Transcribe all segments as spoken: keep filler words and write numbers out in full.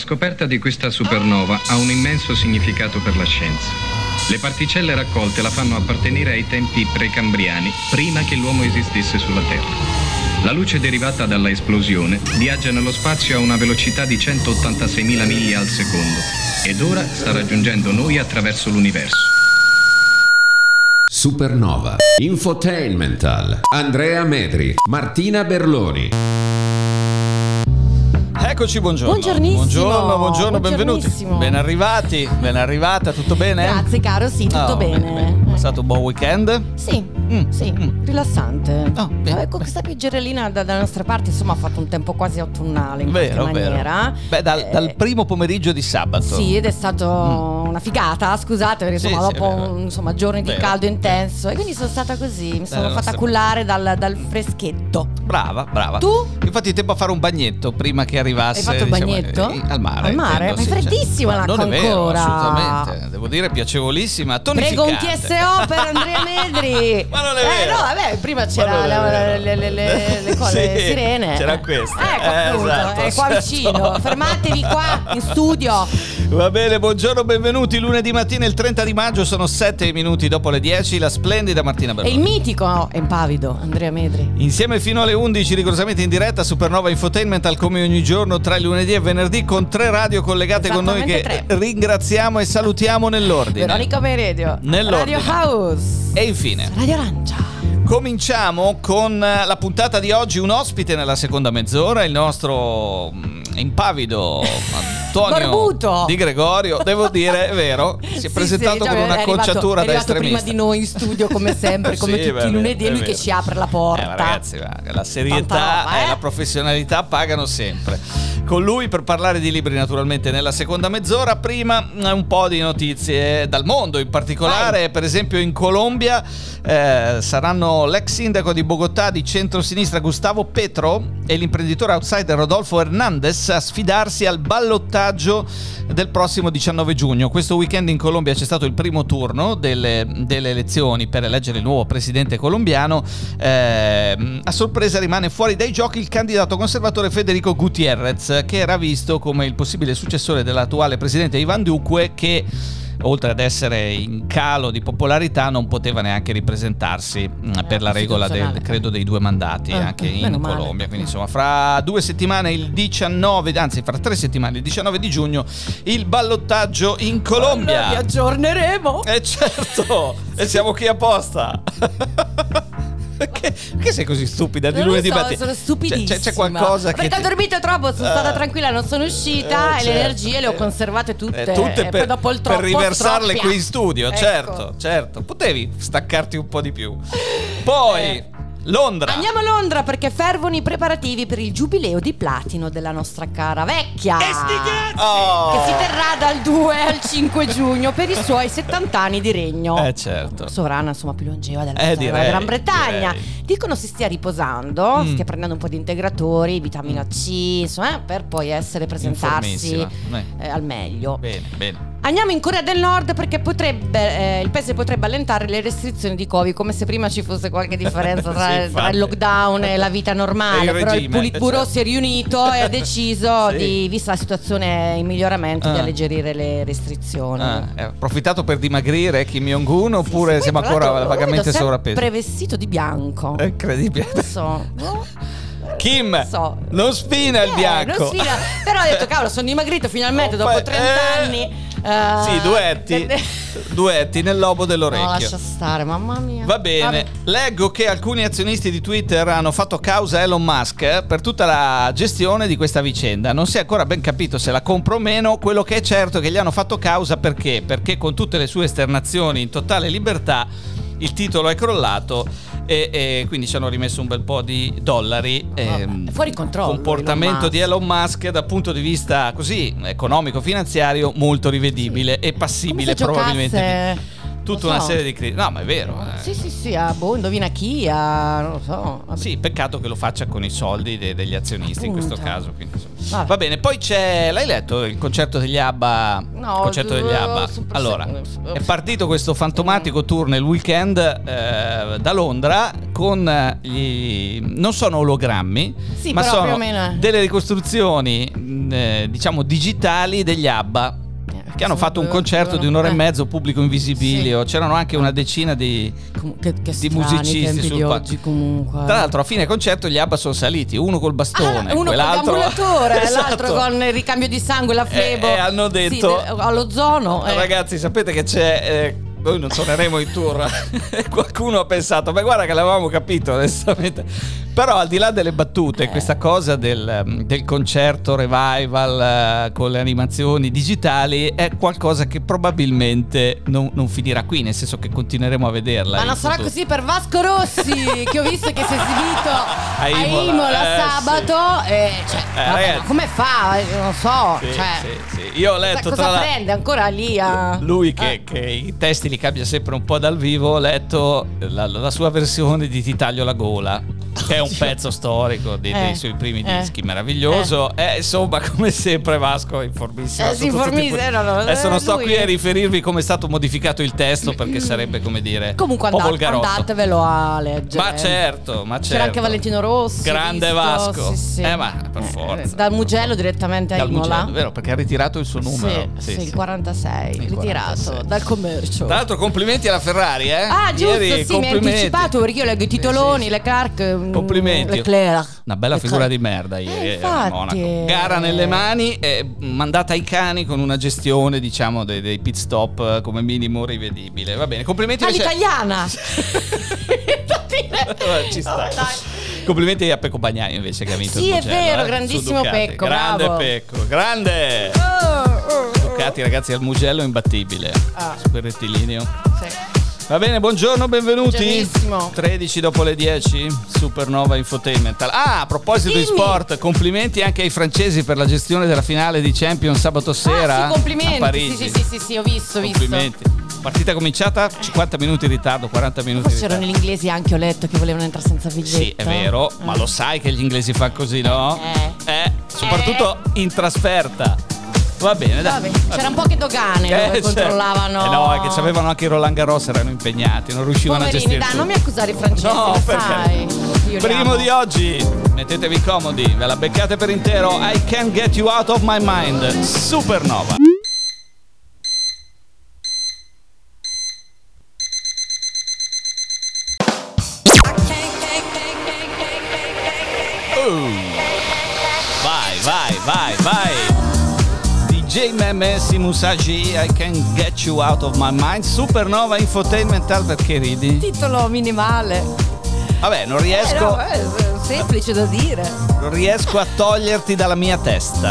scoperta di questa supernova ha un immenso significato per la scienza. Le particelle raccolte la fanno appartenere ai tempi precambriani, prima che l'uomo esistesse sulla Terra. La luce derivata dalla esplosione viaggia nello spazio a una velocità di centottantaseimila miglia al secondo ed ora sta raggiungendo noi attraverso l'universo. Supernova Infotainmental. Andrea Medri, Martina Berloni. Eccoci, buongiorno. Buongiornissimo. Buongiorno, buongiorno, benvenuti. Ben arrivati, ben arrivata, tutto bene? Grazie caro, sì, tutto oh, bene. bene, bene. È stato un buon weekend? Sì, mm. sì, mm. rilassante. Oh, bene, Vabbè, con questa pioggerellina da, dalle nostre parti, insomma, ha fatto un tempo quasi autunnale in vero, qualche maniera. Vero. Beh, dal, eh, dal primo pomeriggio di sabato. Sì, ed è stato mm. una figata, scusate, perché insomma, sì, dopo sì, un, insomma, giorni di vero. caldo intenso. E quindi sono stata così, mi sono Dalla fatta nostra... cullare dal, dal freschetto. Brava, brava. Tu? Infatti tempo a fare un bagnetto prima che arrivasse. Hai fatto il diciamo, bagnetto? eh, al mare. Al mare? Intendo, Ma è sì, freddissima certo. l'acqua Non è vero, ancora. assolutamente. Devo dire piacevolissima, tonificante. Prego un T S O per Andrea Medri. Ma non è eh, vero. no, vabbè, prima c'era le, le, le, le, le cose, Sì, le sirene. c'era questa. Ecco, Eh, appunto, esatto, è qua certo. vicino. Fermatevi qua in studio. Va bene, buongiorno, benvenuti. Lunedì mattina, il trenta di maggio, sono sette minuti dopo le dieci. La splendida Martina E Berloni. il mitico e impavido Andrea Medri. Insieme fino alle undici, rigorosamente in diretta, Supernova Infotainmental come ogni giorno tra lunedì e venerdì, con tre radio collegate con noi che Esattamente tre. ringraziamo e salutiamo nell'ordine. Veronica Meredio, Nell'ordine. Radio House E infine Radio Arancia. cominciamo con la puntata di oggi, un ospite nella seconda mezz'ora, il nostro mm, impavido Antonio Barbuto. Di Gregorio, devo dire, è vero, si è Sì, presentato sì, con cioè, una è arrivato- conciatura è da arrivato estremista. prima di noi in studio come sempre, come Sì, tutti vabbè, i lunedì, è è lui vero. che ci apre la porta. Eh, ma ragazzi, ma la serietà Tanta roba, e eh? la professionalità pagano sempre. Con lui per parlare di libri naturalmente nella seconda mezz'ora. Prima un po' di notizie dal mondo, in particolare Vai. per esempio in Colombia eh, saranno l'ex sindaco di Bogotà di centrosinistra Gustavo Petro e l'imprenditore outsider Rodolfo Hernández a sfidarsi al ballottaggio del prossimo diciannove giugno. Questo weekend in Colombia c'è stato il primo turno delle, delle elezioni per eleggere il nuovo presidente colombiano. Eh, a sorpresa rimane fuori dai giochi il candidato conservatore Federico Gutiérrez, che era visto come il possibile successore dell'attuale presidente Iván Duque, che oltre ad essere in calo di popolarità non poteva neanche ripresentarsi mh, per la regola del, credo dei due mandati eh, anche eh, in Colombia. Quindi insomma fra due settimane il diciannove, anzi fra tre settimane il diciannove di giugno il ballottaggio in Colombia. Allora, vi aggiorneremo. Eh certo, e siamo qui apposta. Perché, perché sei così stupida di Non lo lunedì so, mattina? sono stupidissima. C'è, c'è qualcosa che perché ti... ho dormito troppo, sono stata Ah. tranquilla, non sono uscita Eh, e certo. le energie le ho conservate tutte. Eh, tutte e per, poi dopo il troppo per riversarle stroppia. qui in studio. Ecco. Certo, certo. Potevi staccarti un po' di più. Poi Eh. Londra. Andiamo a Londra perché fervono i preparativi per il giubileo di platino della nostra cara vecchia, Oh. che si terrà dal due al cinque giugno per i suoi settanta anni di regno. Eh certo. Sovrana insomma più longeva della, Eh, della direi, Gran Bretagna. direi. Dicono si stia riposando, Mm. stia prendendo un po' di integratori, vitamina C, insomma, eh, per poi essere presentarsi Informissima. Eh. eh, al meglio. Bene, bene. Andiamo in Corea del Nord perché potrebbe eh, il paese potrebbe allentare le restrizioni di Covid, come se prima ci fosse qualche differenza tra, Sì, tra infatti. il lockdown e la vita normale. E il Però il regime, Politburo certo. si è riunito e ha deciso, Sì. di, vista la situazione in miglioramento, di Ah. alleggerire le restrizioni. Ah, ha approfittato per dimagrire Kim Jong-un oppure Poi, siamo tra ancora l'altro, lo vagamente vedo sempre sovrappesi? prevestito di bianco. È incredibile. Non so. no? Kim, Non so. non spina il Eh, bianco. non sfida. Però ho detto, cavolo, sono dimagrito finalmente Oh, dopo beh, trenta eh. anni. eh, Sì, duetti. Duetti nel lobo No, dell'orecchio. lascia stare, mamma mia. Va bene, Vabbè. leggo che alcuni azionisti di Twitter hanno fatto causa a Elon Musk per tutta la gestione di questa vicenda. Non si è ancora ben capito se la compra o meno. Quello che è certo è che gli hanno fatto causa perché? Perché con tutte le sue esternazioni in totale libertà il titolo è crollato e, e quindi ci hanno rimesso un bel po' di dollari. ehm, È fuori controllo, comportamento Elon di Elon Musk dal punto di vista così economico-finanziario molto rivedibile e passibile Come se probabilmente giocasse, di tutta non una so. serie di crisi. No, ma è vero. eh. Sì, sì, sì, ah, boh, indovina chi, ah, non lo so. Vabbè. Sì, peccato che lo faccia con i soldi de- degli azionisti in Appunto. questo caso. Quindi, insomma. Vabbè. Va bene, poi c'è, l'hai letto il concerto degli ABBA? No, il concerto degli ABBA. Allora, è partito questo fantomatico tour nel weekend eh, da Londra con gli, non sono ologrammi, sì, ma però sono più o meno è. delle ricostruzioni eh, diciamo digitali degli ABBA, che hanno fatto un concerto di un'ora e mezzo, pubblico invisibile, sì. C'erano anche una decina di, che, che di musicisti sul palco. Comunque. Tra l'altro a fine concerto gli ABBA sono saliti, uno col bastone, ah, uno quell'altro con l'ambulatore, esatto. l'altro con il ricambio di sangue, la flebo. E, e hanno detto sì, all'ozono. Eh. Ragazzi, sapete che c'è... Eh, noi non torneremo in tour. E qualcuno ha pensato, ma guarda che l'avevamo capito onestamente. Però al di là delle battute, eh. questa cosa del, del concerto revival uh, con le animazioni digitali è qualcosa che probabilmente non, non finirà qui, nel senso che continueremo a vederla. Ma non sarà futuro. così per Vasco Rossi, che ho visto che si è esibito a, a Imola, Imola eh, sabato. Sì. E, cioè, eh, vabbè, ma come fa? Non so. Sì, cioè, sì, sì. Io ho letto cosa tra la... prende ancora lì a... Lui che, eh. che i testi li cambia sempre un po' dal vivo, ho letto la, la sua versione di Ti taglio la gola, che è un pezzo storico di, eh, dei suoi primi eh, dischi, meraviglioso. E eh. eh, insomma, come sempre Vasco informissimo. Eh, sì, informissimo, no, no, adesso non sto lui... qui a riferirvi come è stato modificato il testo, perché sarebbe, come dire, comunque un po' andate, volgarotto. Andatevelo a leggere. Ma certo, ma certo. C'era anche Valentino Rossi, grande visto, Vasco. sì, sì. Eh, ma per forza. Dal Mugello direttamente a Dal Imola. Mugello, vero, perché ha ritirato il suo numero. Sì, sì, sì, il sì. quarantasei, Il ritirato quarantasei. dal commercio. Tra l'altro complimenti alla Ferrari, eh? Ah, giusto, Ieri, sì, mi hai anticipato perché io leggo i titoloni, sì, sì. le Leclerc, Complimenti. Leclerc. Una bella Leclerc. figura di merda ieri Eh, a infatti. Monaco. Gara nelle mani, eh, mandata ai cani con una gestione, diciamo, dei, dei pit stop eh, come minimo rivedibile. Va bene, complimenti All'italiana. Ci sta. Oh, dai. Complimenti a Pecco Bagnai invece che ha vinto Sì, il è Mugello, vero, eh, grandissimo su Ducati. Pecco, Grande bravo. Pecco, grande. Oh, oh, Ducati, ragazzi, al Mugello imbattibile. Ah. Super rettilineo. sì. Va bene, buongiorno, benvenuti. Buongiornissimo. tredici dopo le dieci, Supernova Infotainment. Ah, a proposito Dimmi. di sport, complimenti anche ai francesi per la gestione della finale di Champions sabato sera Ah, sì, complimenti. a Parigi. Sì, sì, sì, sì, sì, ho visto, ho visto. Complimenti. Partita cominciata cinquanta minuti in ritardo, quaranta minuti Forse in ritardo. c'erano gli inglesi anche, ho letto, che volevano entrare senza biglietto. Sì, è vero, Eh. ma lo sai che gli inglesi fanno così, no? Eh. Eh, soprattutto in trasferta. Va bene, dai. Vabbè, c'era un po' che dogane Eh, dove certo. controllavano. Eh no, è che c'avevano anche i Roland Garros, erano impegnati, non riuscivano Poverini, a gestire dai, tutto. non mi accusare i francesi, No, lo perché? sai. Io li Primo amo. di oggi, mettetevi comodi, ve la beccate per intero. I Can't Get You Out of My Mind, Supernova. Oh. Vai, vai, vai, vai. D J Memesi Musagi, I Can't Get You Out of My Mind, Supernova Infotainmental. Perché ridi? Titolo minimale. Vabbè, non Eh, riesco, no, è semplice da dire. non riesco a toglierti dalla mia testa.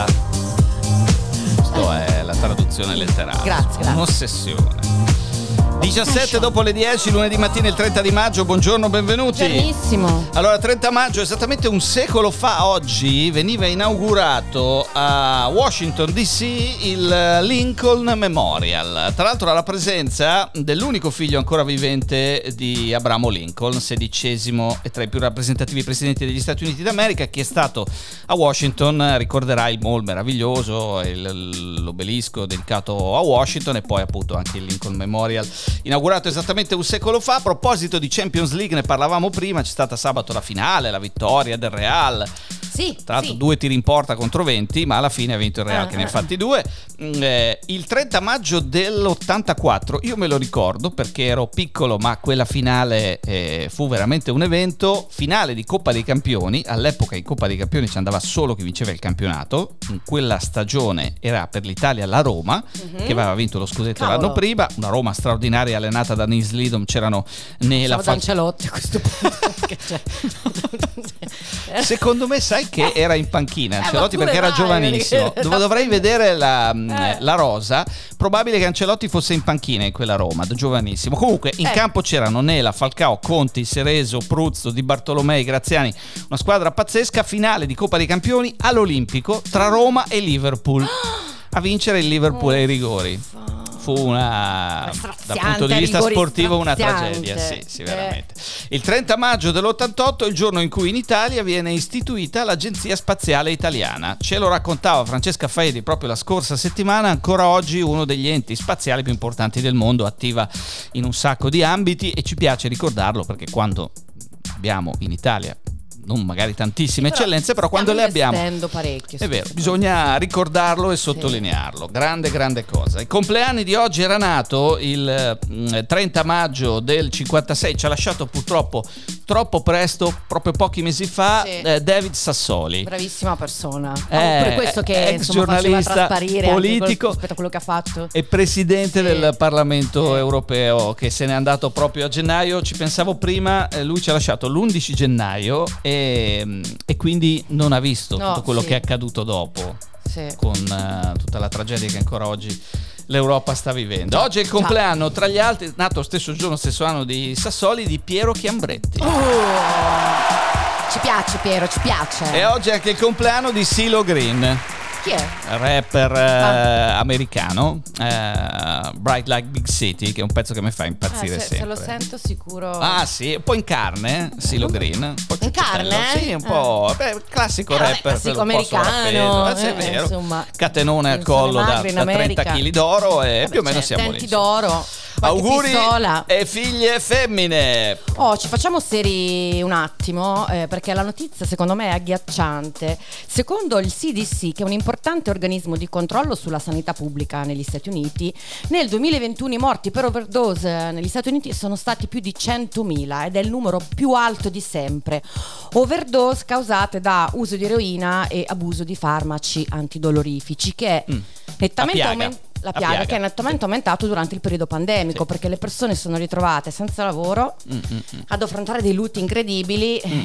Questa è la traduzione letterale. Grazie, grazie. Un'ossessione. diciassette dopo le dieci, lunedì mattina il trenta di maggio, buongiorno, benvenuti. Benissimo. Allora, trenta maggio, esattamente un secolo fa oggi, veniva inaugurato a Washington D C il Lincoln Memorial. Tra l'altro alla presenza dell'unico figlio ancora vivente di Abramo Lincoln, sedicesimo e tra i più rappresentativi presidenti degli Stati Uniti d'America, che è stato a Washington, ricorderà il mall meraviglioso, il, l'obelisco dedicato a Washington e poi appunto anche il Lincoln Memorial, inaugurato esattamente un secolo fa. A proposito di Champions League, ne parlavamo prima, c'è stata sabato la finale, la vittoria del Real. Sì, Tra l'altro sì. due tiri in porta contro venti, ma alla fine ha vinto il Real, Ah, che ne ha ah. fatti due. Mm, eh, il trenta maggio dell'ottantaquattro, io me lo ricordo perché ero piccolo, ma quella finale eh, fu veramente un evento. Finale di Coppa dei Campioni, all'epoca in Coppa dei Campioni ci andava solo chi vinceva il campionato. In quella stagione era per l'Italia la Roma, Mhm. che aveva vinto lo scudetto Cavolo. l'anno prima, una Roma straordinaria allenata da Nils Lidom, c'erano nella Siamo da Ancelotti a questo punto. Perché c'è- Secondo me sai che era in panchina Ancelotti, Eh, ma perché era pure vai, giovanissimo. perché- Dov- dovrei vedere la, Eh. la rosa. Probabile che Ancelotti fosse in panchina in quella Roma, da giovanissimo. Comunque in Eh. campo c'erano Nela, Falcao, Conti, Sereso, Pruzzo, Di Bartolomei, Graziani. Una squadra pazzesca. Finale di Coppa dei Campioni all'Olimpico tra Roma e Liverpool. A vincere il Liverpool ai rigori. fu una, dal punto di vista sportivo, una tragedia. Sì, sì, veramente. Eh. Il trenta maggio dell'ottantotto è il giorno in cui in Italia viene istituita l'Agenzia Spaziale Italiana. Ce lo raccontava Francesca Faedi proprio la scorsa settimana. Ancora oggi uno degli enti spaziali più importanti del mondo, attiva in un sacco di ambiti, e ci piace ricordarlo perché quando abbiamo in Italia non magari tantissime però eccellenze, però quando le abbiamo parecchio, è vero, bisogna ricordarlo e sottolinearlo. Sì. Grande grande cosa. Il compleanno di oggi era nato il trenta maggio del cinquantasei, ci ha lasciato purtroppo troppo presto, proprio pochi mesi fa, sì. eh, David Sassoli. Bravissima persona. Eh, oh, per questo che ex insomma, giornalista, trasparire politico rispetto a quello che ha fatto. E presidente sì. del Parlamento sì. europeo, che se n'è andato proprio a gennaio. Ci pensavo prima, eh, lui ci ha lasciato l'undici gennaio e e quindi non ha visto no, tutto quello sì. che è accaduto dopo, sì. con uh, tutta la tragedia che ancora oggi l'Europa sta vivendo. Oggi è il compleanno, tra gli altri, nato lo stesso giorno, stesso anno di Sassoli, di Piero Chiambretti. Oh, ci piace Piero, ci piace. E oggi è anche il compleanno di CeeLo Green. Chi è? Rapper eh, americano, eh, Bright Like Big City, che è un pezzo che mi fa impazzire eh, se, sempre. Se lo sento sicuro. Ah sì, un po' in carne, CeeLo Green. Un po' in carne? Sì, un po'. Beh, classico eh, rapper. Classico americano. Eh, sì, è eh, vero. Insomma, catenone al collo da, da trenta chili d'oro e Vabbè, più o meno cioè, siamo lì. lì. d'oro. Auguri pistola. E figlie femmine. Oh, ci facciamo seri un attimo eh, perché la notizia secondo me è agghiacciante. Secondo il C D C, che è un importante organismo di controllo sulla sanità pubblica negli Stati Uniti, nel duemilaventuno i morti per overdose negli Stati Uniti sono stati più di centomila ed è il numero più alto di sempre. Overdose causate da uso di eroina e abuso di farmaci antidolorifici, che è mm. nettamente aumentato. La piaga, piaga che è nettamente sì. aumentato durante il periodo pandemico, sì. perché le persone sono ritrovate senza lavoro, Mm-mm. ad affrontare dei lutti incredibili Mm-mm.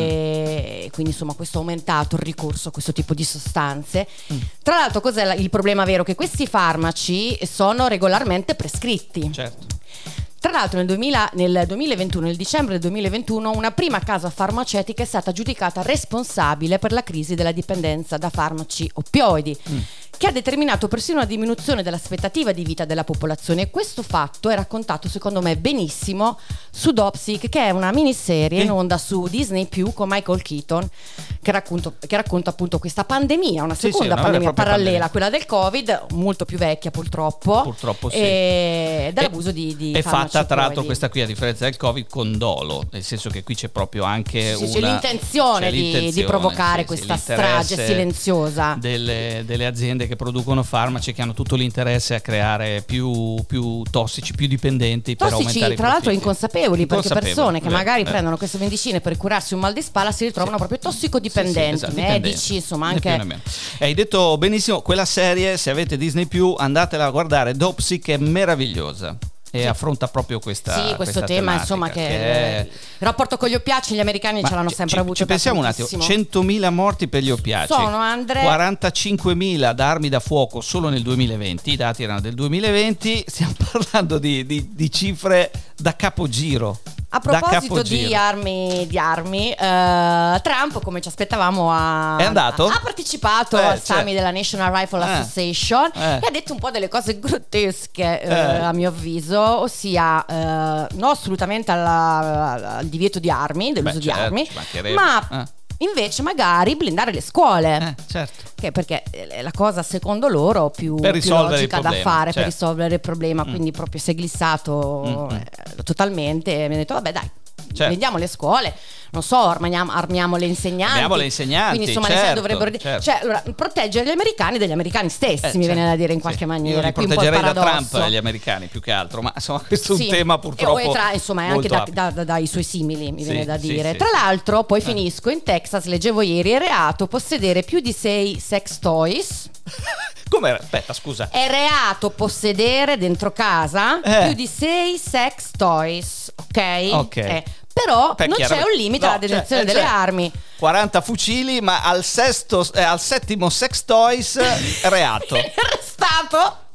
e quindi insomma questo ha aumentato il ricorso a questo tipo di sostanze. Mm. Tra l'altro cos'è il problema vero? Che questi farmaci sono regolarmente prescritti. Certo. Tra l'altro nel, duemila, nel duemilaventuno, nel dicembre del duemilaventuno, una prima casa farmaceutica è stata giudicata responsabile per la crisi della dipendenza da farmaci oppioidi, mm. che ha determinato persino una diminuzione dell'aspettativa di vita della popolazione. E questo fatto è raccontato secondo me benissimo su Dopsic, che è una miniserie in onda su Disney più con Michael Keaton, che racconta, che racconta appunto questa pandemia, una seconda sì, sì, una pandemia parallela a quella del Covid, molto più vecchia purtroppo, purtroppo sì. e dell'abuso e, di, di è farmaci fatta tra l'altro oppioidi. Questa qui, a differenza del Covid, con dolo, nel senso che qui c'è proprio anche sì, una c'è l'intenzione, c'è di, l'intenzione di provocare sì, questa sì, strage silenziosa delle, delle aziende che producono farmaci, che hanno tutto l'interesse a creare più, più tossici, più dipendenti, tossici, per aumentare i tra l'altro profitti. inconsapevoli, inconsapevoli perché persone che beh, magari beh. prendono queste medicine per curarsi un mal di spalla si ritrovano sì. proprio tossicodipendenti, sì, sì, esatto, medici, insomma anche e hai detto benissimo, quella serie, se avete Disney più, andatela a guardare. Dopsic è meravigliosa e sì. affronta proprio questa sì, questo questa tema tematica, insomma che, che è... il rapporto con gli oppiacei gli americani Ma ce l'hanno ci, sempre ci, avuto. Ci pensiamo un attimo, centomila morti per gli oppiacei, sono Andre quarantacinquemila da armi da fuoco solo nel duemilaventi, i dati erano del duemilaventi, stiamo parlando di, di, di cifre da capogiro. A proposito di armi, di armi eh, Trump, come ci aspettavamo, ha, è andato? ha partecipato eh, al summit certo. della National Rifle eh. Association eh. e ha detto un po' delle cose grottesche, eh, eh. a mio avviso, ossia eh, no assolutamente alla, al divieto di armi, dell'uso Beh, di certo, armi, ma eh. invece magari blindare le scuole, eh, certo. che perché è la cosa secondo loro più, per più logica da fare, certo. per risolvere il problema, mm. quindi proprio si è glissato mm-hmm. eh, totalmente e mi ha detto vabbè dai, certo. vendiamo le scuole, non so, armiamo, armiamo le insegnanti. Armiamo le insegnanti, quindi insomma certo, le dovrebbero certo. cioè allora proteggere gli americani degli americani stessi, eh, mi viene certo. da dire in qualche sì. maniera. Io li qui proteggerei un po' da Trump gli americani più che altro, ma insomma questo è un sì. tema purtroppo e tra, insomma è anche da, da, da, dai suoi simili, mi sì, viene da sì, dire. sì, tra sì. l'altro poi eh. finisco in Texas, leggevo ieri, è reato possedere più di sei sex toys. Come? Aspetta, scusa. È reato possedere dentro casa eh. più di sei sex toys, ok? Ok. Eh. Però Beh, non c'è un limite no, alla detenzione cioè, delle cioè, armi. quaranta fucili, ma al sesto eh, al settimo sex toys reato. Arrestato.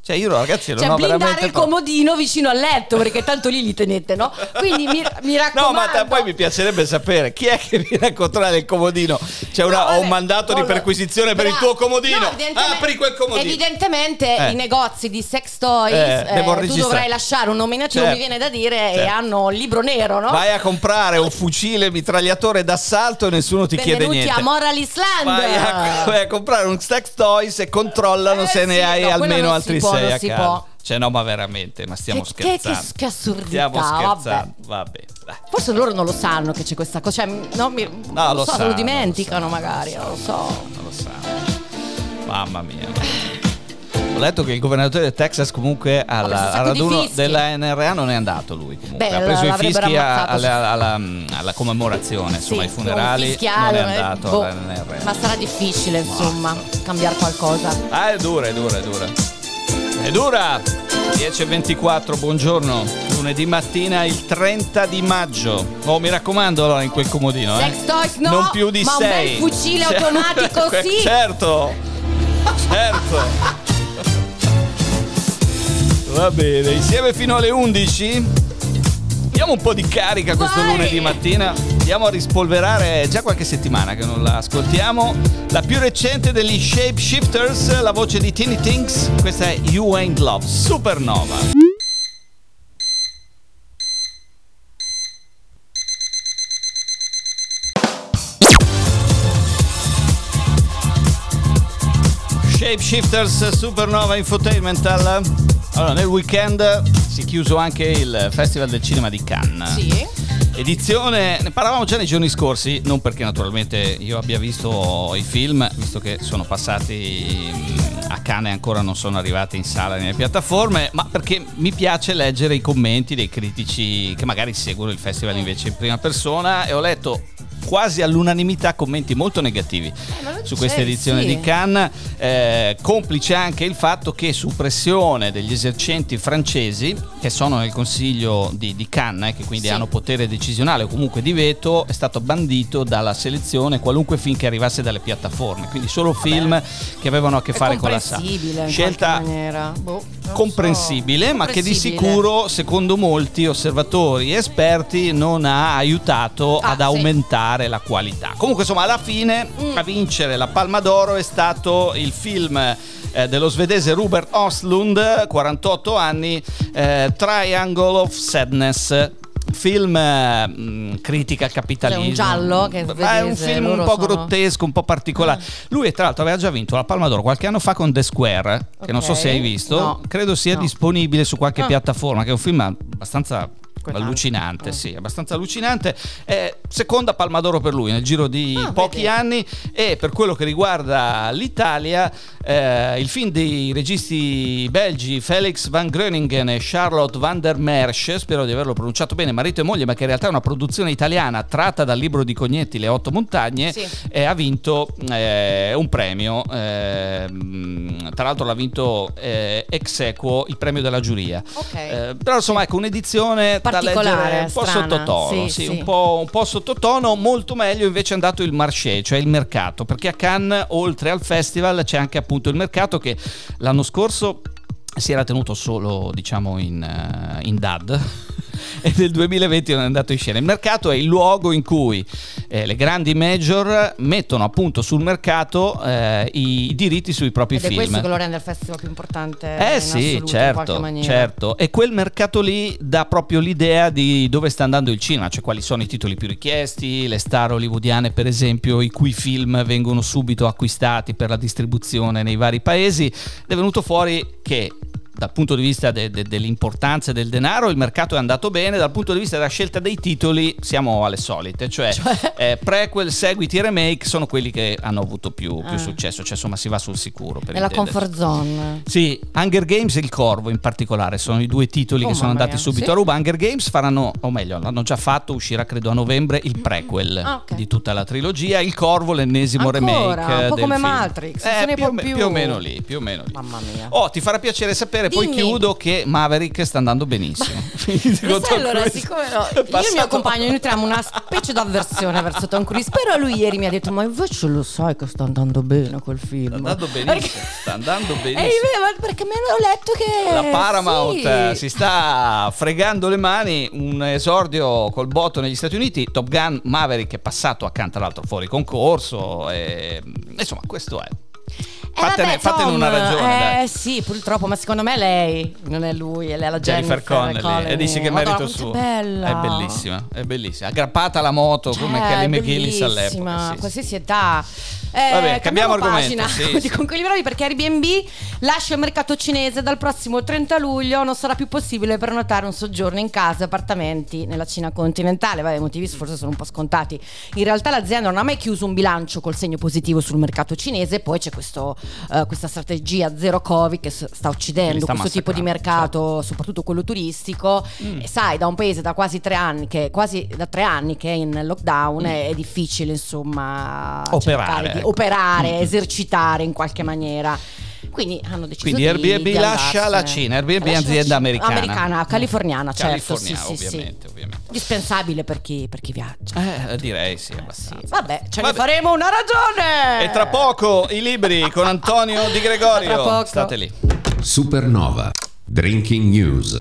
Cioè io ragazzi non cioè, ho blindare veramente il comodino vicino al letto, perché tanto lì li tenete, no? Quindi mi, mi raccomando. No, ma t- poi mi piacerebbe sapere chi è che viene a controllare il comodino. C'è una, No, vabbè, ho un mandato di non lo- perquisizione per Bra- il tuo comodino. No, evidentemente- Apri quel comodino. Evidentemente Eh. i negozi di sex toys, Eh, eh, devo tu registrare. dovrai lasciare un nominativo, Certo. mi viene da dire, e Certo. hanno il libro nero, no? Vai a comprare un fucile mitragliatore d'assalto e nessuno ti chiede Benvenuti niente. a Moral Island. Vai a, vai a comprare un sex toys e controllano Eh se ne sì, hai no, quello almeno non altri si può, sei non a si casa. può. Cioè no, ma veramente, ma stiamo Che- che- scherzando. che- che assurdità, Stiamo scherzando. vabbè. Vabbè. Dai. Forse loro non lo sanno che c'è questa cosa, cioè, no, mi, No, non lo lo so, se sanno, lo dimenticano lo sanno, magari, non lo so. Non lo sa. Mamma mia. Ho letto che il governatore del Texas comunque preso un alla, sacco al di raduno fischi. della N R A non è andato lui comunque. Beh, ha preso i l'avrebbero fischi a- ammazzato. alla, alla, alla commemorazione, insomma, Sì, ai funerali. un fischiale, non è eh, andato boh, alla N R A. ma sarà difficile, insomma, cambiare qualcosa. Ah, è dura, è dura, è dura. È dura! dieci e ventiquattro, buongiorno. Lunedì mattina, il trenta di maggio. Oh, mi raccomando, allora, in quel comodino, eh. Sex toys no, non più di ma sei. un bel fucile automatico Que- sì. Certo, certo. Va bene, insieme fino alle undici. Diamo un po' di carica questo Vai! lunedì mattina. Andiamo a rispolverare, è già qualche settimana che non la ascoltiamo, la più recente degli Shapeshifters, la voce di Tiny Tinks. Questa è You Ain't Love, Supernova. Shapeshifters, Supernova Infotainmental. Allora, nel weekend si è chiuso anche il Festival del Cinema di Cannes. Sì. Edizione, ne parlavamo già nei giorni scorsi, non perché naturalmente io abbia visto i film, visto che sono passati a Cannes e ancora non sono arrivati in sala nelle piattaforme, ma perché mi piace leggere i commenti dei critici che magari seguono il festival invece in prima persona, e ho letto quasi all'unanimità commenti molto negativi Eh, su questa c'è, edizione sì. di Cannes, eh, complice anche il fatto che su pressione degli esercenti francesi che sono nel consiglio di, di Cannes, eh, che quindi Sì. hanno potere decisionale o comunque di veto, è stato bandito dalla selezione qualunque film che arrivasse dalle piattaforme, quindi solo film che avevano a che È fare con la sala. comprensibile in Scelta qualche maniera. Boh, non comprensibile, so. ma che di Comprensibile. sicuro, secondo molti osservatori e esperti, non ha aiutato Ah, ad sì. aumentare la qualità. Comunque, insomma, alla fine Mm. a vincere la Palma d'Oro è stato il film eh, dello svedese Robert Östlund, quarantotto anni, eh, Triangle of Sadness. Film eh, mh, critica al capitalismo. Cioè, un giallo che è Ma è un svedese, film un loro po' sono- grottesco, un po' particolare. Lui tra l'altro aveva già vinto la Palma d'Oro qualche anno fa con The Square, che non so Ok. se hai visto. No. Credo sia No. disponibile su qualche Ah. piattaforma, che è un film abbastanza Inquietante. allucinante, Ah. sì, abbastanza allucinante. È seconda Palma d'Oro per lui nel giro di Ah, pochi vedi. anni. E per quello che riguarda l'Italia, eh, il film dei registi belgi Felix van Groeningen e Charlotte van der Merch, spero di averlo pronunciato bene, marito e moglie, ma che in realtà è una produzione italiana tratta dal libro di Cognetti Le Otto Montagne, Sì. e ha vinto eh, un premio, eh, mh, tra l'altro l'ha vinto eh, ex equo il premio della giuria. Ok. Eh, però insomma, ecco, un'edizione da Particolare, leggere un po' strana. sottotono, Sì, sì, sì. Un, po', un po' sottotono. Molto meglio invece è andato il marché, cioè il mercato, perché a Cannes oltre al festival c'è anche appunto il mercato, che l'anno scorso si era tenuto solo, diciamo, in, eh, in D A D e nel duemilaventi non è andato in scena. Il mercato è il luogo in cui eh, le grandi major mettono appunto sul mercato eh, i, i diritti sui propri Ed è film. questo che lo rende il festival più importante Eh in sì, assoluto, in qualche certo, maniera. certo. E quel mercato lì dà proprio l'idea di dove sta andando il cinema, cioè quali sono i titoli più richiesti, le star hollywoodiane per esempio, i cui film vengono subito acquistati per la distribuzione nei vari paesi. Ed è venuto fuori che dal punto di vista de- de- dell'importanza del denaro il mercato è andato bene, dal punto di vista della scelta dei titoli siamo alle solite, cioè, Cioè? eh, prequel, seguiti e remake sono quelli che hanno avuto più, più Ah. successo, cioè insomma si va sul sicuro per Nella intenderci. comfort zone. Sì, Hunger Games e Il Corvo in particolare sono i due titoli Oh, che sono mamma andati mia, subito sì? a ruba. Hunger Games faranno, o meglio, l'hanno già fatto, uscirà credo a novembre il prequel Ah, ok. di tutta la trilogia. Il Corvo, l'ennesimo Ancora? remake Un po' del come film. Matrix, Eh, se ne più, può o me- più. più o meno lì, più o meno lì. Mamma mia. Oh, ti farà piacere sapere e poi Dimmi. chiudo che Maverick sta andando benissimo. Lo sai, allora, siccome no, io e il mio compagno nutriamo una specie d'avversione verso Tom Cruise, però lui ieri mi ha detto ma invece lo sai che sta andando bene quel film, Sta andando benissimo, perché... sta andando benissimo. E io, perché me l'ho letto che La Paramount sì. si sta fregando le mani, un esordio col botto negli Stati Uniti, Top Gun Maverick è passato accanto all'altro fuori concorso e, insomma questo è. Eh, Fatene, vabbè, fatene Tom, una ragione, eh dai. sì, purtroppo, ma secondo me lei non è lui, è la Jennifer Jennifer Connelly, Connelly. e dici che merito Madonna, suo. quanto è bella. È bellissima, è bellissima. Aggrappata alla moto come Cioè, Kelly è McGillis all'epoca. bellissima, Sì, sì. qualsiasi età. Eh, Vabbè, cambiamo pagina argomento, sì, sì. con quelli bravi, perché Airbnb lascia il mercato cinese dal prossimo trenta luglio. Non sarà più possibile prenotare un soggiorno in casa e appartamenti nella Cina continentale. Vabbè, i motivi forse sono un po' scontati. In realtà l'azienda non ha mai chiuso un bilancio col segno positivo sul mercato cinese. Poi c'è questo, uh, questa strategia zero covid che s- sta uccidendo sta questo tipo di mercato, certo. Soprattutto quello turistico. Mm. E sai, da un paese da quasi tre anni che quasi da tre anni che è in lockdown, mm. è, è difficile insomma operare. operare, mm. esercitare in qualche maniera. Quindi hanno deciso Quindi di Airbnb di lascia la andarsene. Cina. Airbnb è Lascia azienda la Cina. americana. Americana, californiana, certo. Californiana, sì, sì, ovviamente, sì. ovviamente. Indispensabile per chi, per chi viaggia. Eh, direi sì, Eh, abbastanza. sì. Vabbè, ce Vabbè. ne faremo una ragione. E tra poco i libri con Antonio Di Gregorio. Tra poco. State lì. Supernova Drinking News.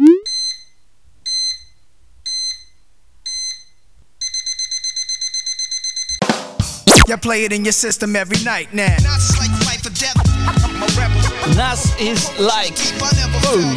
You play it in your system every night now. Nas is like life or death. I'm a rebel. Nas is like Boom.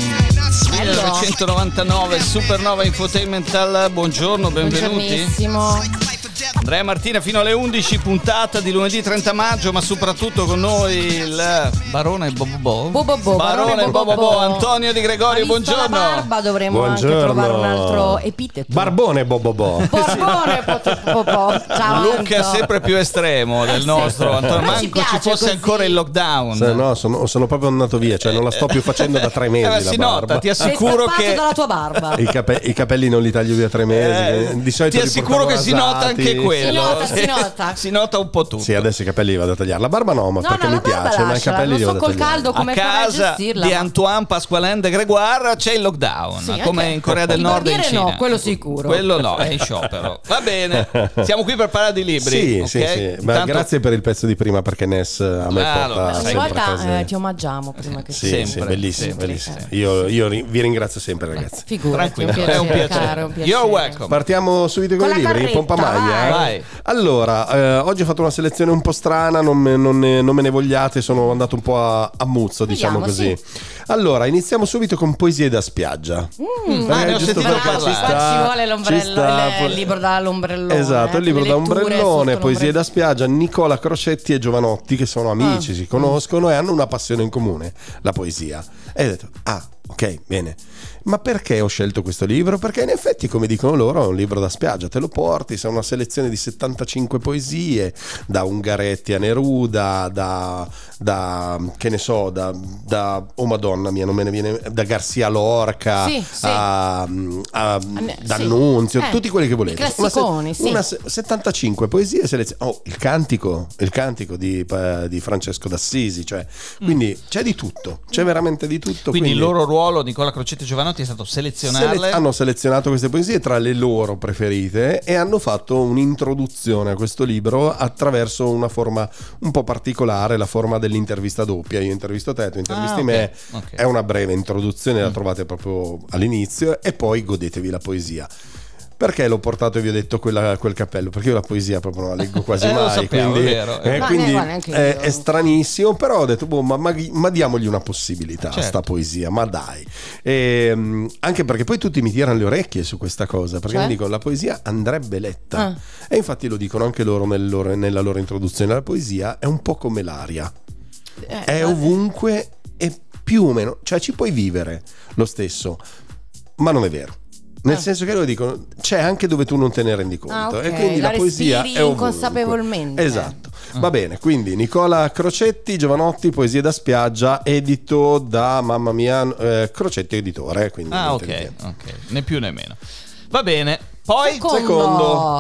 millenovecentonovantanove Supernova Infotainmental. Buongiorno, benvenuti. Buongiornissimo. Andrea Martina fino alle undici, puntata di lunedì trenta maggio, ma soprattutto con noi il Barone Bobobo. Bobobo, Barone Bobobo, Antonio Di Gregorio, Ma vista buongiorno. la barba dovremmo Buongiorno. anche trovare un altro epiteto. Barbone Bobobo. Borbone Bobobo. Ciao Look Anto. sempre più estremo del nostro Antonio. Ma ci Manco ci piace fosse così. ancora il lockdown. Se no, sono, sono proprio andato via, cioè non la sto più facendo da tre mesi. Eh, ma la si barba. nota, ti Sei assicuro scappato che dalla tua barba. I, cape- I capelli non li taglio via tre mesi. Eh, di solito ti li assicuro portavo che si nota rasati. anche quello. Si nota, si nota. Si nota un po' tutto. Sì, adesso i capelli li vado a tagliare. La barba no, ma No, perché no, mi la barba piace, ma i lasciala, capelli li non vado so a col tagliare. caldo come a farai a casa gestirla. di ma- Antoine Pasqualin de Gregoire c'è il lockdown, Sì, come anche- in Corea del il Nord e in barbiere no, Cina. quello sicuro. Quello no, è in sciopero. Va bene, siamo qui per parlare di libri. Sì, ok? sì, sì. Ma Intanto- grazie per il pezzo di prima, perché Ness a me Ah, porta allora, Ogni sempre sempre volta cose. eh, ti omaggiamo prima che Sì, Sempre, sì, bellissimo, sempre, bellissimo. sempre. Io, io ri- vi ringrazio sempre, ragazzi. Figurati, Tranquillo, è un piacere, è un piacere. caro, un piacere. You're welcome. Partiamo subito con, Con i la libri, carretta, pompa magna. vai. Allora, eh, oggi ho fatto una selezione un po' strana, non me, non ne, non me ne vogliate, sono andato un po' a, a muzzo, diciamo Vediamo, così. Allora, iniziamo subito con Poesie da spiaggia. Mm, Ah, ne ho giusto sentito perché parlare. ci Qua sta, ci vuole ci l'ombrello, sta, il, il libro dall'ombrellone. Esatto, il eh, libro le da letture ombrellone, sotto Poesie da l'ombrello. spiaggia. Nicola Crocetti e Giovanotti, che sono amici, Ah. si conoscono e hanno una passione in comune, la poesia. E ho detto, ah, ok, bene. Ma perché ho scelto questo libro? Perché in effetti, come dicono loro, è un libro da spiaggia, te lo porti, sei una selezione di settantacinque poesie, da Ungaretti a Neruda, da, da che ne so, da, da oh madonna mia, non me ne viene, da Garcia Lorca Sì, sì. a, a ne- D'Annunzio, sì. Eh, tutti quelli che volete. i classiconi, una, se- sì. una se- settantacinque poesie selezionate. Oh, il cantico, il cantico di, eh, di Francesco d'Assisi, cioè, quindi c'è di tutto, c'è veramente di tutto. Quindi, il loro ruolo, Nicola Crocetti e Giovanotti, è stato selezionarle. Sele- hanno selezionato queste poesie tra le loro preferite e hanno fatto un'introduzione a questo libro attraverso una forma un po' particolare, la forma dell'intervista doppia. Io intervisto te, tu intervisti Ah, ok, me. ok. È una breve introduzione, la trovate proprio all'inizio e poi godetevi la poesia. Perché l'ho portato e vi ho detto quella, quel cappello? Perché io la poesia proprio non la leggo quasi Eh, lo mai, sappiamo, quindi, è vero, è eh, vero. quindi Ma neanche è, io. è stranissimo, però ho detto, boh, ma, ma, ma diamogli una possibilità a Certo. sta poesia, ma dai. E, mh, anche perché poi tutti mi tirano le orecchie su questa cosa, perché Cioè? mi dicono la poesia andrebbe letta. Ah. E infatti lo dicono anche loro, nel loro nella loro introduzione. La poesia è un po' come l'aria, Eh, è vabbè. ovunque e più o meno, cioè ci puoi vivere lo stesso, ma non è vero. Nel Ah. senso che loro dicono c'è anche dove tu non te ne rendi conto, Ah, ok. e quindi la, La poesia respiri è ovunque. inconsapevolmente. Esatto. Va bene, quindi Nicola Crocetti, Giovanotti, Poesie da spiaggia, edito da, mamma mia, eh, Crocetti editore, quindi Ah, ok, intendete. ok, né più né meno. Va bene. Poi Secondo. Secondo,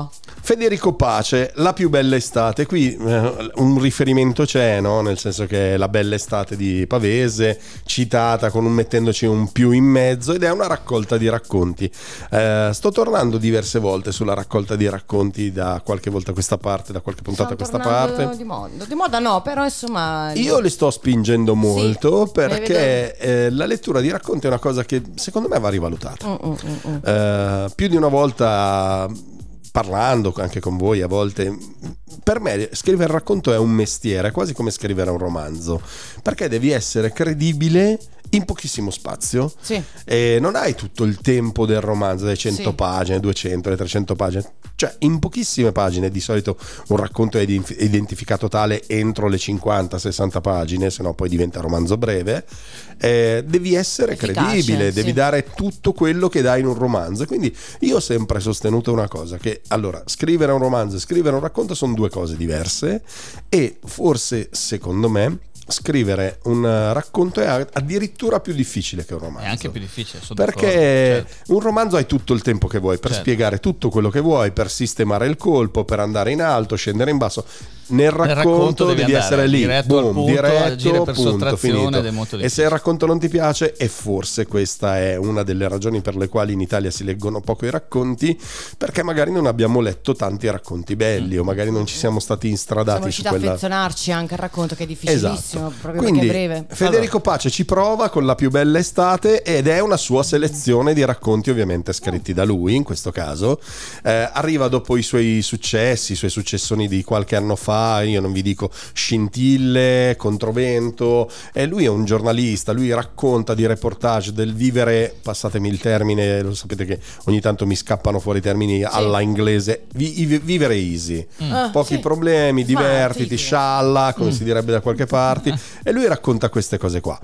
Federico Pace, La più bella estate. Qui eh, un riferimento c'è, no? Nel senso che è La bella estate di Pavese, citata con un mettendoci un più in mezzo, ed è una raccolta di racconti. Eh, sto tornando diverse volte sulla raccolta di racconti da qualche volta a questa parte, da qualche puntata a questa parte. Di moda. di moda no, però insomma... Io li sto spingendo molto, sì, perché eh, la lettura di racconti è una cosa che secondo me va rivalutata. Mm, mm, mm. Eh, più di una volta, parlando anche con voi a volte, per me scrivere il racconto è un mestiere, è quasi come scrivere un romanzo, perché devi essere credibile in pochissimo spazio, sì. E non hai tutto il tempo del romanzo, dai cento sì. pagine, duecento, le trecento pagine, cioè in pochissime pagine. Di solito un racconto è identificato tale entro le cinquanta sessanta pagine, se no poi diventa romanzo breve. Eh, devi essere efficace, credibile, devi sì. dare tutto quello che dai in un romanzo. Quindi io ho sempre sostenuto una cosa, che allora scrivere un romanzo e scrivere un racconto sono due cose diverse, e forse secondo me scrivere un racconto è addirittura più difficile che un romanzo. È anche più difficile, sono perché certo. Un romanzo hai tutto il tempo che vuoi per certo. spiegare tutto quello che vuoi, per sistemare il colpo, per andare in alto, scendere in basso. Nel racconto, Nel racconto devi, devi essere lì, diretto al boom, punto, diretto, agire per punto, sottrazione, finito. ed è molto E se difficile. il racconto non ti piace, e forse questa è una delle ragioni per le quali in Italia si leggono poco i racconti, perché magari non abbiamo letto tanti racconti belli, mm. o magari non ci siamo stati instradati siamo riusciti su quella... a affezionarci anche al racconto, che è difficilissimo, esatto. proprio Quindi, perché è breve. Federico Pace ci prova con La più bella estate, ed è una sua selezione di racconti ovviamente scritti da lui in questo caso. Eh, arriva dopo i suoi successi, i suoi successoni di qualche anno fa, io non vi dico Scintille, Controvento, e lui è un giornalista, lui racconta di reportage del vivere, passatemi il termine, lo sapete che ogni tanto mi scappano fuori i termini sì. alla inglese, vi, vivere easy, mm. pochi sì. problemi, divertiti, sì. scialla, come mm. si direbbe da qualche parte, e lui racconta queste cose qua.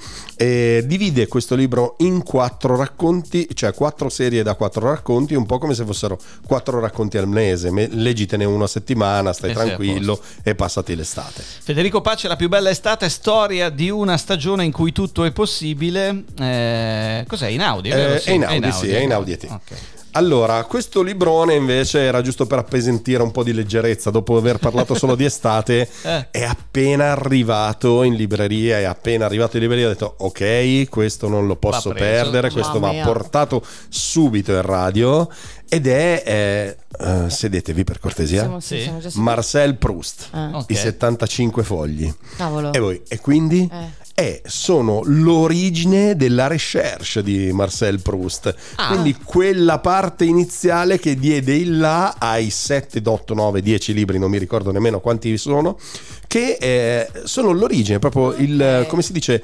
E divide questo libro in quattro racconti, cioè quattro serie da quattro racconti, un po' come se fossero quattro racconti al mese. Leggitene uno a settimana, stai eh tranquillo e passati l'estate. Federico Pace, La più bella estate, storia di una stagione in cui tutto è possibile. Eh, cos'è? In audio? Eh, sì. È in audio, sì, è in audio. Okay. Allora, questo librone invece era giusto per appesantire un po' di leggerezza. Dopo aver parlato solo di estate, eh. è appena arrivato in libreria. È appena arrivato in libreria. Ho detto: ok, questo non lo posso perdere. Questo va portato subito in radio. Ed è, è uh, sedetevi per cortesia. Siamo, sì, sì. siamo già Marcel Proust, ah. okay. I settantacinque fogli. Cavolo. E voi? E quindi? Eh. E sono l'origine della recherche di Marcel Proust, ah. quindi quella parte iniziale che diede il là ai sette, otto, nove, dieci libri, non mi ricordo nemmeno quanti sono, che eh, sono l'origine, proprio il, okay. come si dice,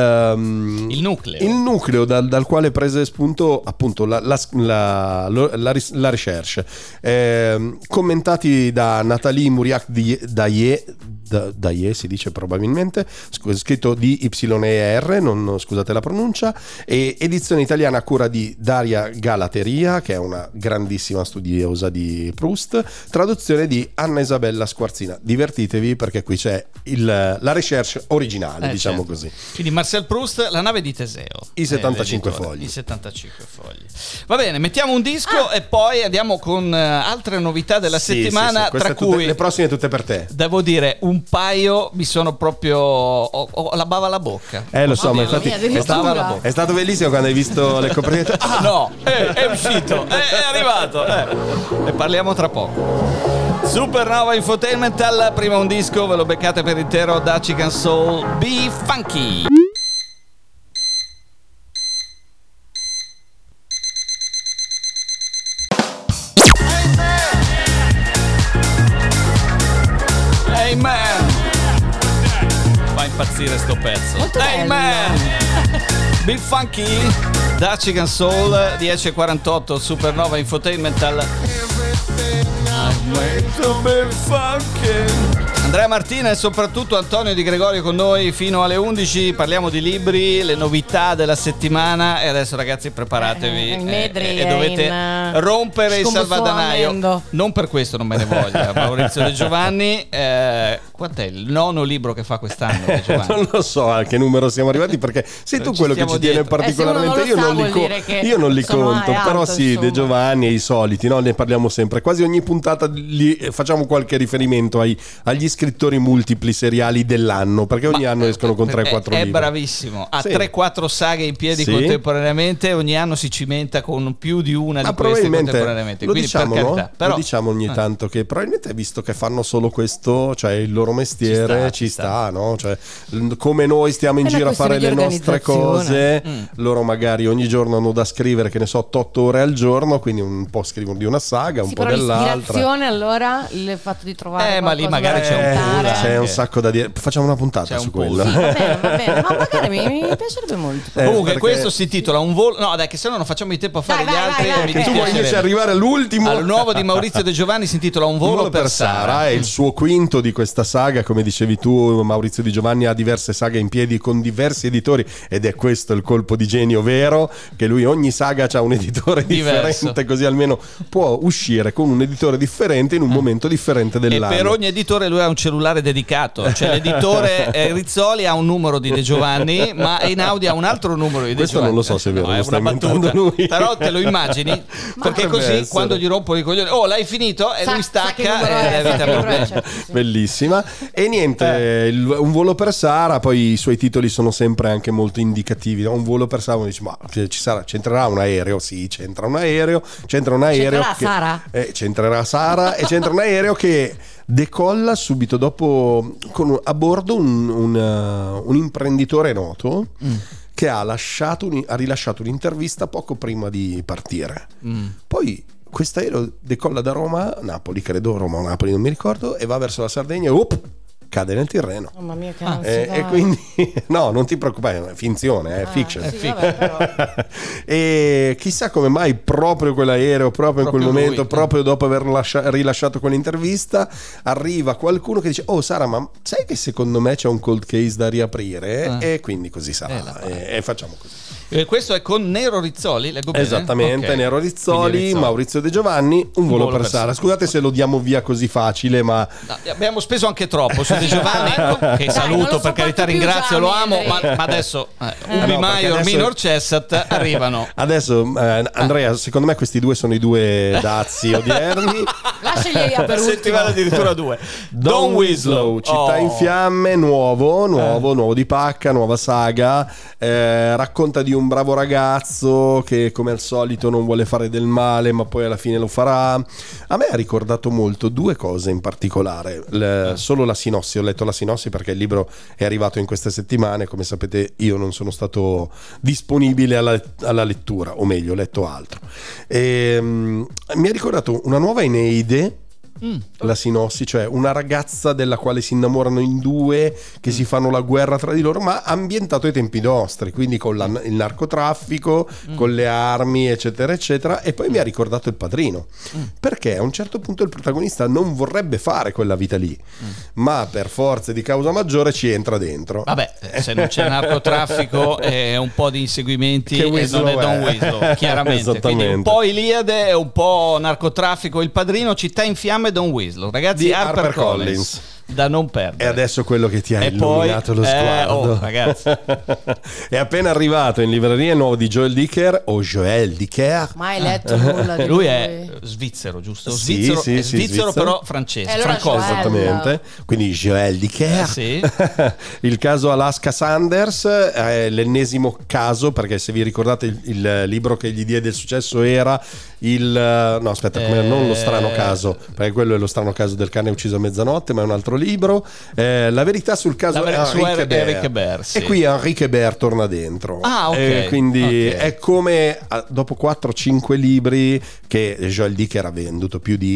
um, il nucleo, il nucleo dal, dal quale prese spunto appunto la, la, la, la, la, la recherche, eh, commentati da Nathalie Mouriac-Daillé, Daillé si dice probabilmente, scritto D Y E R, non scusate la pronuncia, e edizione italiana a cura di Daria Galateria, che è una grandissima studiosa di Proust, traduzione di Anna Isabella Squarzina. Divertitevi perché qui c'è il, la recherche originale, eh, diciamo certo. così. Quindi Marcel Proust, La nave di Teseo, I settantacinque fogli. I settantacinque fogli. Va bene, mettiamo un disco ah. e poi andiamo con uh, altre novità della sì, settimana, sì, sì. tra tutte, cui le prossime tutte per te. Devo dire un paio mi sono proprio ho, ho la bava alla bocca. Eh lo so, oh, ma infatti mia, è, stato, è stato bellissimo quando hai visto le copertine. Ah no, è, è uscito, è, è arrivato. Eh. E parliamo tra poco. Supernova Infotainment, prima un disco, ve lo beccate per intero da Chicken Soul, Be Funky. Amen. Fa impazzire sto pezzo. Molto Amen. Be Funky da Chicken Soul, dieci e quarantotto, Supernova Infotainment. I'm made to be funky. Andrea Martina e soprattutto Antonio Di Gregorio con noi fino alle undici. Parliamo di libri, le novità della settimana e adesso ragazzi preparatevi Eh, in eh, Medri e dovete in, uh, rompere il salvadanaio. scombussolato. Non per questo non me ne voglia Maurizio De Giovanni. eh, Quant'è il nono libro che fa quest'anno De Giovanni? Non lo so a che numero siamo arrivati, perché sei tu Ci quello che stiamo ci tiene dietro. particolarmente. Eh, se uno non lo io, sa, non li vuol co- dire che, io non li insomma, conto, è alto, però sì, insomma. De Giovanni e i soliti, no? Ne parliamo sempre. Quasi ogni puntata li, facciamo qualche riferimento ai, agli scrittori multipli seriali dell'anno, perché ogni Ma, anno escono con è- tre quattro è libri. bravissimo, ha Sì. tre quattro saghe in piedi Sì. contemporaneamente, ogni anno si cimenta con più di una Ma di queste probabilmente contemporaneamente. lo Quindi diciamo, per no? carità, però, Lo diciamo ogni eh. tanto che probabilmente visto che fanno solo questo, cioè il loro mestiere, Ci ci sta, sta, ci sta. no? Cioè, l- come noi stiamo in È una giro a fare le questione di nostre cose, Mm. loro magari ogni giorno hanno da scrivere, che ne so, otto ore al giorno, quindi un po' scrivono di una saga, un Sì, po' però dell'altra. l'ispirazione allora il fatto di trovare Eh, ma lì qualcosa magari da c'è un raccontare. pool, C'è anche. un sacco da dire. Facciamo una puntata C'è su un pool. quello. Sì, va bene, va bene, ma magari mi, mi piacerebbe molto. Eh, Comunque perché- questo si intitola Un volo. No, dai, che se no non facciamo in tempo a fare Dai, gli vai, altri. vai, e mi vai, Tu vuoi invece dispiacerebbe. arrivare all'ultimo? Al nuovo di Maurizio De Giovanni si intitola Un volo, per Sara. È il suo quinto di questa saga, come dicevi tu. Maurizio Di Giovanni ha diverse saghe in piedi con diversi editori ed è questo il colpo di genio vero, che lui ogni saga ha un editore Diverso. differente, così almeno può uscire con un editore differente in un momento differente E dell'anno. per ogni editore lui ha un cellulare dedicato, cioè l'editore eh, Rizzoli ha un numero di De Giovanni, ma Einaudi ha un altro numero di De Questo Giovanni. non lo so se è vero, No, lo è sta una inventando battuta. lui. Però te lo immagini? Perché Potrebbe così essere. quando gli rompono i coglioni, oh l'hai finito? E Sa- lui sa che stacca numero e è, la sa vita che numero è, problema. certo, sì. Bellissima. E niente, Eh. il- un volo per Sara, poi i suoi titoli sono sempre anche molto indicativi, no? Un volo per Sara, uno dice ma ci sarà, c'entrerà un aereo? Sì, c'entra un aereo, c'entra un aereo C'entrerà che- Sara? eh, c'entrerà Sara e c'entra un aereo che decolla subito dopo con a bordo un, un, uh, un imprenditore noto Mm. che ha, lasciato un- ha rilasciato un'intervista poco prima di partire. Mm. Poi questo aereo decolla da Roma, Napoli credo, Roma o Napoli non mi ricordo, e va verso la Sardegna e up, cade nel Tirreno. Mamma mia, che Ah, Eh, ansietà. e quindi no, non ti preoccupare, è finzione, è Ah, fiction. sì, vabbè, però. E chissà come mai proprio quell'aereo, proprio in quel Proprio momento, lui. proprio dopo aver lascia- rilasciato quell'intervista, arriva qualcuno che dice: oh Sara, ma sai che secondo me c'è un cold case da riaprire? Ah. E quindi così Eh, sarà, la e, e facciamo così. Eh, questo è con Nero Rizzoli, leggo bene? Esattamente, Ok. Nero Quindi Rizzoli, Rizzoli. Maurizio De Giovanni, un volo, per Sara. Scusate se lo diamo via così facile, ma No, abbiamo speso anche troppo su De Giovanni, che Dai, non saluto, lo per carità, sopporto più ringrazio, già, lo amo, Henry. ma, ma adesso eh, Eh Ubi no, Maior, perché adesso- Minor Cessat arrivano. adesso eh, Andrea, secondo me questi due sono i due dazi odierni. Lasciali per Per ultimo. settimana addirittura due. Don Winslow, Città Oh. in fiamme, nuovo, nuovo, nuovo di pacca, nuova saga. Eh, racconta di un bravo ragazzo che come al solito non vuole fare del male, ma poi alla fine lo farà. A me ha ricordato molto due cose in particolare. Le- solo la sinossi, ho letto la sinossi perché il libro è arrivato in queste settimane. Come sapete, io non sono stato disponibile alla, alla lettura, o meglio, ho letto altro. E, mm, mi ha ricordato una nuova Eneide. Mm. La sinossi, cioè una ragazza della quale si innamorano in due, che si fanno la guerra tra di loro, ma ambientato ai tempi nostri, quindi con la- il narcotraffico, con le armi, eccetera, eccetera. E poi mi ha ricordato Il Padrino, perché a un certo punto il protagonista non vorrebbe fare quella vita lì, ma per forze di causa maggiore ci entra dentro. Vabbè, eh, se non c'è narcotraffico e un po' di inseguimenti, Che e non è Winslow Don è. Winslow, chiaramente. Quindi un Esattamente. po' Iliade, un po' narcotraffico, Il Padrino, Città in fiamme, Don Winslow. Ragazzi, Di Harper, Harper Collins, Collins. da non perdere. E adesso quello che ti ha E illuminato poi- lo eh, sguardo. oh, ragazzi. È appena arrivato in libreria il nuovo di Joel Dicker o Joel Dicker. Mai letto nulla di Lui è svizzero, giusto? Sì, Svizzero, sì, è sì, svizzero, svizzero. però francese, E allora francoso. Joel. Esattamente, quindi Joel Dicker. Eh, sì. Il caso Alaska Sanders è l'ennesimo caso, perché se vi ricordate il, il libro che gli diede il successo era il no aspetta come- Eh, non lo strano caso, perché quello è lo strano caso del cane ucciso a mezzanotte, ma è un altro libro. Eh, la verità sul caso La ver- su Henri Eric- Quebert. Eric Quebert, sì. E qui Henri Quebert torna dentro. Ah, ok. E quindi Ok. è come ah, dopo quattro cinque libri che Joel Dicker ha venduto più di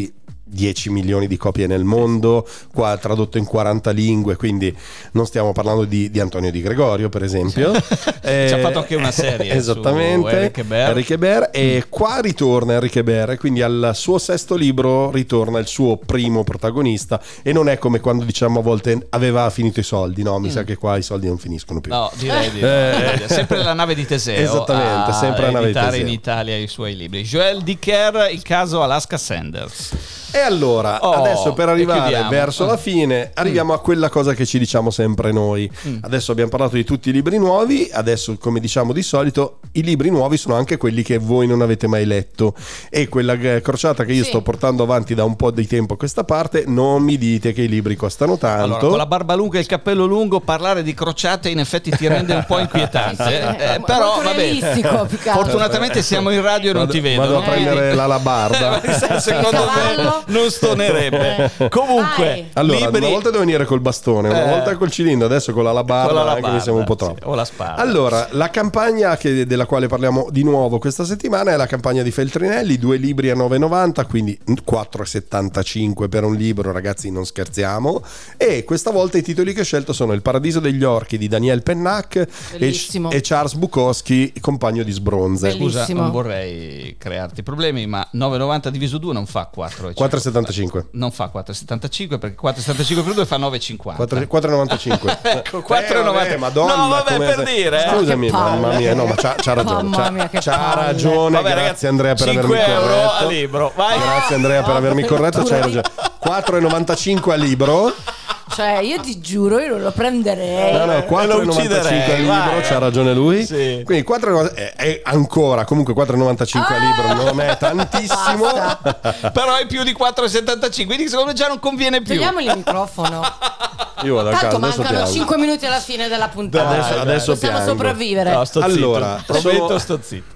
dieci milioni di copie nel mondo, qua tradotto in quaranta lingue, quindi non stiamo parlando di, di Antonio Di Gregorio, per esempio. eh, Ci ha fatto anche una serie esattamente, su Eric Hebert. Eric Hebert, e qua ritorna Eric Hebert, quindi al suo sesto libro ritorna il suo primo protagonista, e non è come quando diciamo a volte aveva finito i soldi, no, mi mm. sa che qua i soldi non finiscono più. No, direi di no. Eh. Sempre la nave di Teseo. Esattamente, sempre la nave di Teseo. In Italia i suoi libri. Joël Dicker, il caso Alaska Sanders. E allora, oh, adesso per arrivare verso la fine, arriviamo mm. a quella cosa che ci diciamo sempre noi. Mm. Adesso abbiamo parlato di tutti i libri nuovi, adesso come diciamo di solito, i libri nuovi sono anche quelli che voi non avete mai letto. E quella crociata che io sì. sto portando avanti da un po' di tempo a questa parte, non mi dite che i libri costano tanto. Allora, con la barba lunga e il cappello lungo, parlare di crociate in effetti ti rende un po' inquietante. sì, eh, però vabbè, fortunatamente siamo in radio e non vado, ti vedo. Vado a prendere eh. l'alabarda. Secondo me non stonerebbe. Comunque, Vai. allora libri... una volta devo venire col bastone, una eh. volta col cilindro, adesso con l'alabarda, con l'alabarda, anche siamo un po' troppo. Sì, o la spada. Allora, la campagna che, della quale parliamo di nuovo questa settimana è la campagna di Feltrinelli, due libri a nove e novanta, quindi quattro e settantacinque per un libro, ragazzi, non scherziamo. E questa volta i titoli che ho scelto sono Il paradiso degli orchi di Daniel Pennac e, e Charles Bukowski, compagno di Sbronze. Scusa, non vorrei crearti problemi, ma nove e novanta diviso due non fa quattro e settantacinque. Non fa quattro e settantacinque, perché quattro e settantacinque più due fa nove e cinquanta. quattro e novantacinque. Ecco, quattro e novanta. Eh, Madonna, no, vabbè, come per se... dire. Scusami, mamma mia, no, ma c'ha, c'ha ragione. C'ha, mia, c'ha ragione. Vabbè, grazie ragazzi, Andrea per avermi corretto. cinque euro a libro. Vai. Grazie Andrea per avermi corretto, c'hai ragione. quattro e novantacinque a libro. Cioè, io ti giuro, io non lo prenderei. No, no, quattro e novantacinque al libro, vai. C'ha ragione lui. Sì. Quindi quattro è, è ancora, comunque quattro e novantacinque ah! al libro non è tantissimo. Però è più di quattro e settantacinque, quindi secondo me già non conviene più. Togliamoli il microfono. Io vado a casa, tanto adesso mancano piango. cinque minuti alla fine della puntata. Adesso, dai, adesso possiamo piango. sopravvivere. No, sto allora, zitto. Prometto, sono... sto zitto.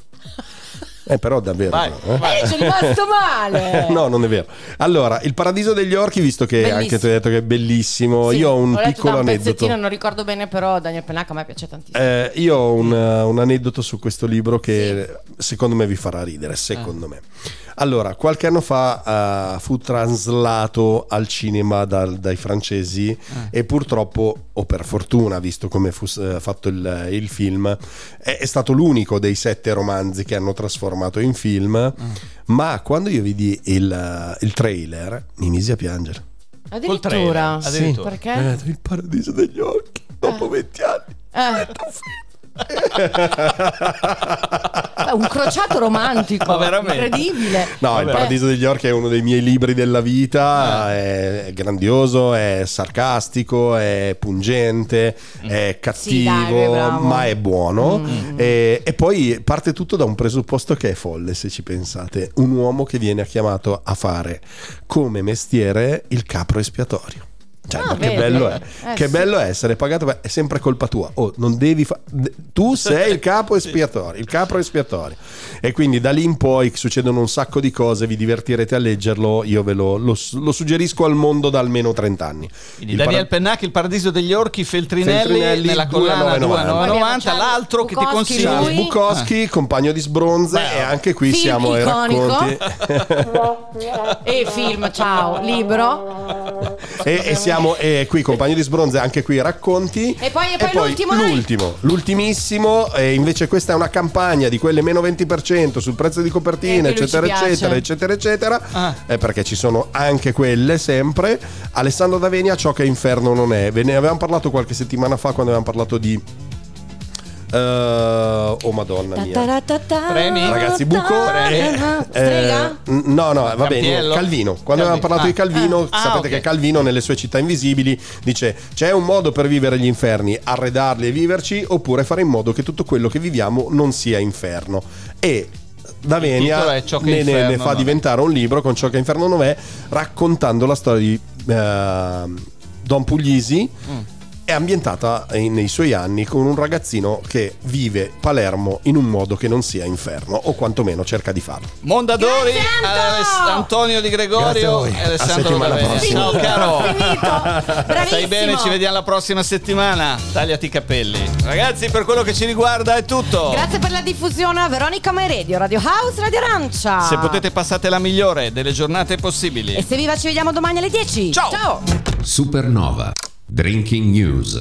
Eh, però davvero vai, eh? vai. Eh, ci è rimasto male. No, non è vero. Allora, Il paradiso degli orchi, visto che bellissimo. Anche tu hai detto che è bellissimo, sì, io ho un ho letto piccolo da un aneddoto. Non ricordo bene, però Daniel Pennac a me piace tantissimo. Eh, io ho un, un aneddoto su questo libro che sì. secondo me vi farà ridere, secondo eh. me. Allora, qualche anno fa uh, fu traslato al cinema dal, dai francesi eh. e purtroppo, o per fortuna, visto come fu uh, fatto il, il film, è, è stato l'unico dei sette romanzi che hanno trasformato in film, eh. ma quando io vidi il, il trailer mi misi a piangere. Addirittura? Sì, perché? Eh, il paradiso degli orchi, dopo venti anni. Eh. Un crociato romantico, incredibile. No, Vabbè. Il paradiso degli orchi è uno dei miei libri della vita, eh. è grandioso, è sarcastico, è pungente, mm. è cattivo, sì, dai, ma è buono. Mm. E, e poi parte tutto da un presupposto che è folle, se ci pensate. Un uomo che viene chiamato a fare come mestiere il capro espiatorio. Cioè, ah, che bello è, eh, che sì. bello è essere pagato, beh, è sempre colpa tua. Oh, non devi fa- tu sei il capo espiatorio, il capro espiatorio. E quindi da lì in poi succedono un sacco di cose, vi divertirete a leggerlo. Io ve lo, lo, lo suggerisco al mondo da almeno trenta anni. Quindi Daniel para- Pennac, Il paradiso degli orchi, Feltrinelli, Feltrinelli nella collana due e novanta. L'altro che ti consiglio, Charles Bukowski, compagno di Sbronze. Beh, e anche qui film siamo iconico. ai racconti. E film, ciao, libro. E, e siamo e qui compagno di Sbronze, anche qui racconti. E poi, e poi, e poi l'ultimo, l'ultimo, l'ultimissimo, e invece questa è una campagna di quelle meno venti per cento sul prezzo di copertina, eccetera eccetera eccetera eccetera, ah. eh, perché ci sono anche quelle sempre. Alessandro D'Avenia, Ciò che inferno non è. Ve ne avevamo parlato qualche settimana fa quando avevamo parlato di Uh, oh madonna mia, Premi? Ragazzi, Buco eh, eh, no no va bene, Calvino, quando avevamo parlato ah. di Calvino, ah. sapete ah, okay. che Calvino nelle sue Città invisibili dice: c'è un modo per vivere gli inferni, arredarli e viverci, oppure fare in modo che tutto quello che viviamo non sia inferno. E D'Avenia ne, ne, ne fa diventare un libro con Ciò che inferno non è, raccontando la storia di uh, Don Puglisi. mm. è ambientata nei suoi anni con un ragazzino che vive Palermo in un modo che non sia inferno, o quantomeno cerca di farlo. Mondadori, Grazie, Anto! Antonio Di Grazie a Gregorio voi. e A Alessandro settimana Lavegna. prossima. Ciao caro. Finito. Bravissimo. Stai bene, ci vediamo la prossima settimana. Tagliati i capelli. Ragazzi, per quello che ci riguarda è tutto. Grazie per la diffusione a Veronica My Radio, Radio House, Radio Arancia. Se potete passate la migliore delle giornate possibili. E se viva ci vediamo domani alle dieci. Ciao. Ciao. Supernova. Drinking News.